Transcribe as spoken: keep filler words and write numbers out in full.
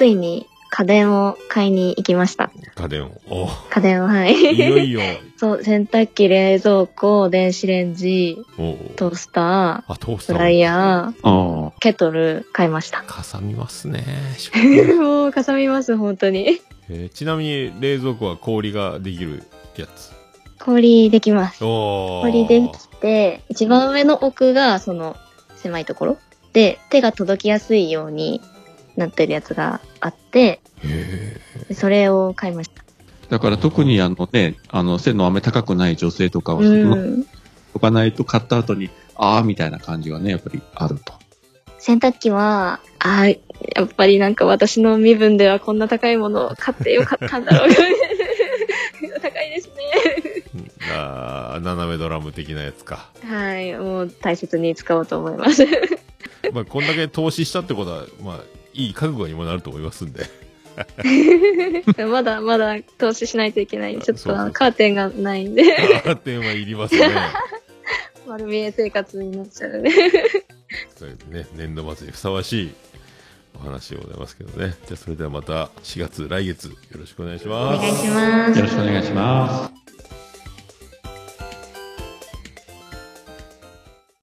ついに家電を買いに行きました。 家電を。お家電を、はい。 いよいよ。 そう、洗濯機、冷蔵庫、電子レンジ、トースター、 あ、トースター。 フライヤー、ケトル買いました。 かさみますね。 もうかさみます、本当に。 えー、ちなみに冷蔵庫は氷ができるやつ。 氷できます。 お氷できて、一番上の奥がその狭いところで手が届きやすいようになってるやつがあって、それを買いました。 だから特にあのね、あの背のあんまり高くない女性とかは、置かないと買った後に、あーみたいな感じはね、やっぱりあると。 洗濯機は、あー、やっぱりなんか私の身分ではこんな高いものを買ってよかったんだろう。高いですね。 ああ、斜めドラム的なやつか。 はい、もう大切に使おうと思います。 まあ、こんだけ投資したってことは、まあ、いい覚悟にもなると思いますんで。 まだまだ投資しないといけない。ちょっとカーテンがないんで。 カーテンはいりますね。 丸見え生活になっちゃうね。 それでね、年度末にふさわしいお話でございますけどね。じゃあそれではまたしがつ、来月よろしくお願いします。 お願いします。 よろしくお願いします。